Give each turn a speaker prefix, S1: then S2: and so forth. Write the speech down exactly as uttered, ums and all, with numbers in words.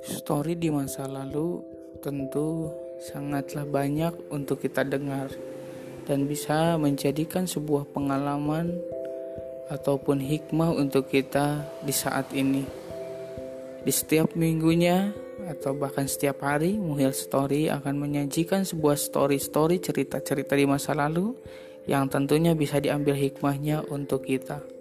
S1: Story di masa lalu tentu sangatlah banyak untuk kita dengar dan bisa menjadikan sebuah pengalaman ataupun hikmah untuk kita di saat ini. Di setiap minggunya atau bahkan setiap hari, Muhil Story akan menyajikan sebuah story-story cerita-cerita di masa lalu yang tentunya bisa diambil hikmahnya untuk kita.